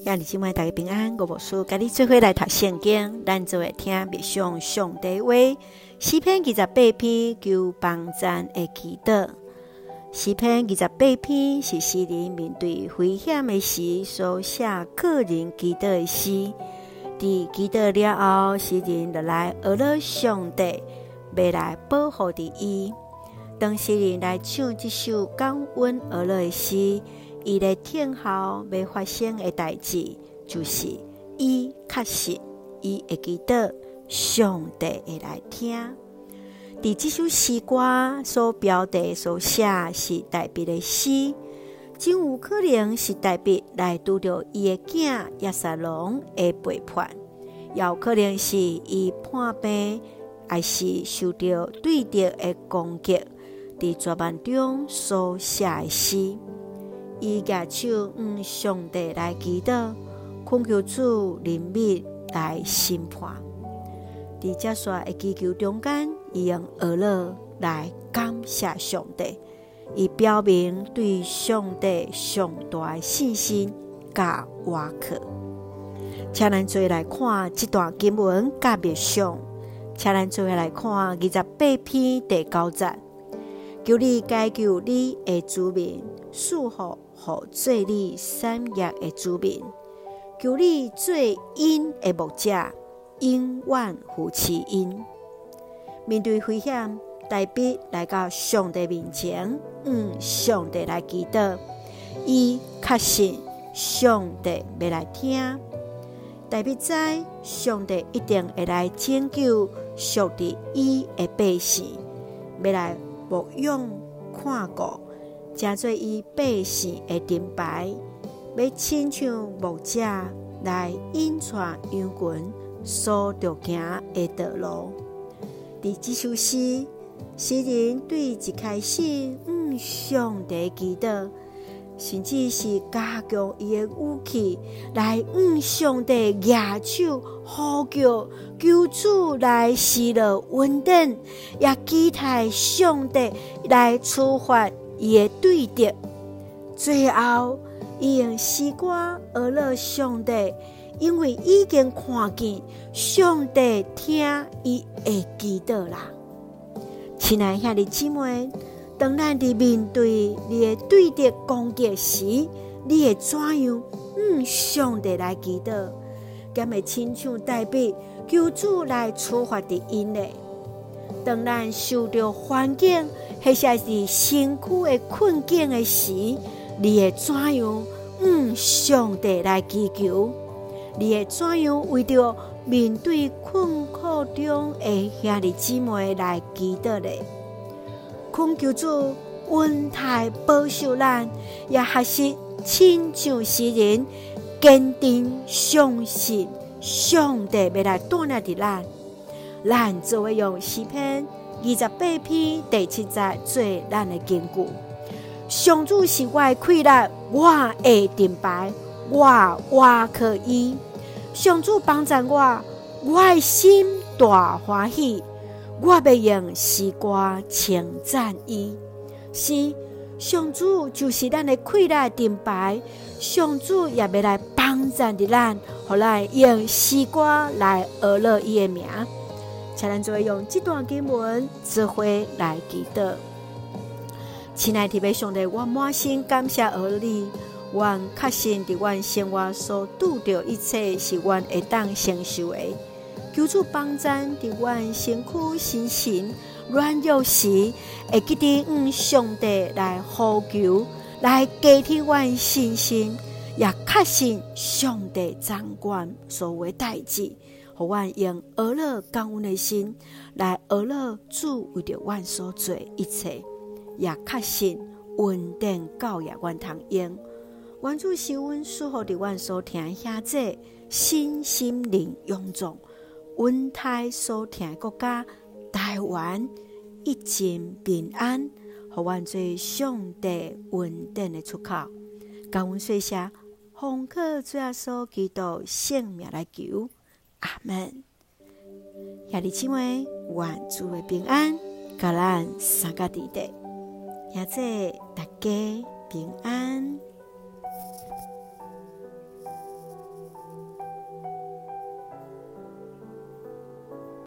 兄弟姊妹大家平安，我牧师跟你做伙来读圣经，咱做会听默想上帝话。诗篇28篇求帮赞的祈祷。诗篇28篇是诗人面对危险的时所写个人祈祷的诗。伫祈祷了后，诗人就来学了上帝，要来保护着伊。当诗人来唱这首感恩而乐的诗，伊咧听候要发生的代志，就是伊确信伊会记得上帝会来听。伫这首诗歌所标题所写是代笔的诗，真有可能是代笔来拄着伊的囝押沙龙的背叛，也有可能是伊叛变，还是受到对敌的攻击，伫绝望中所写的诗。伊举手上帝来祈祷，恳求主怜悯来审判。伫接续的祈求中间，伊用学乐来感谢上帝，伊表明对上帝上大的信心甲倚靠。请咱做来看这段经文甲默想，请咱做来看28篇第9节。求你解救你的子民，赐福予做你产业的子民。求你做因的牧者，永远扶持因。面对危险，代笔来到上帝面前，上帝来祈祷，伊确信上帝要来听。代笔知上帝一定会来拯救属于伊的百姓，要来牧养看顾，成做伊百姓的盾牌，要亲像牧者来引带羊群所着行的道路。伫这首诗，诗人对一开始上帝祈祷，甚至是加强伊的武器，来上帝举手呼叫，求主来施落稳定，也期待上帝来处罚伊的对敌。最后，伊用诗歌学了上帝，因为已经看见上帝听伊的祈祷啦。亲爱兄弟姊妹，当咱伫面对你的对敌攻击时，你会怎样上帝来祈祷？敢会亲像代笔求主来处罚伫因呢？当咱受到环境或者是身躯的困境的时，你会怎样上帝来祈求？你会怎样为着面对困苦中的兄弟姊妹来祈祷呢？恳求主恩待保守咱，也学习亲像诗人，坚定相信上帝要来带领着咱。咱就会用诗篇28篇第7节做咱的根据。上主是我的快乐，我的盾牌，我靠伊。上主帮助我，我的心大欢喜。我要用诗歌称赞伊。是，上主就是咱的快乐盾牌，上主也要来帮助着咱，互咱用诗歌来学乐伊的名。请咱做用这段经文做伙来祈祷。亲爱的上帝，我满心感谢而你，我确信伫阮生活所拄着一切是阮会当承受的。求主帮助伫阮身躯心神软弱时，会记得上帝来呼求，来加添阮信心，也确信上帝掌管所有代志，互阮用学乐感恩的心来学乐主为着阮所做一切，也确信稳定教育阮通用。愿主是阮祝福伫阮所听兄姐身心灵勇壮，稳泰所听的国家台湾一尽平安，互阮做上帝稳定的出口。感恩谢谢，奉靠主耶稣基督圣名来求，阿们。兄弟姊妹，愿主的平安，甲咱三个地带，也祝大家平安。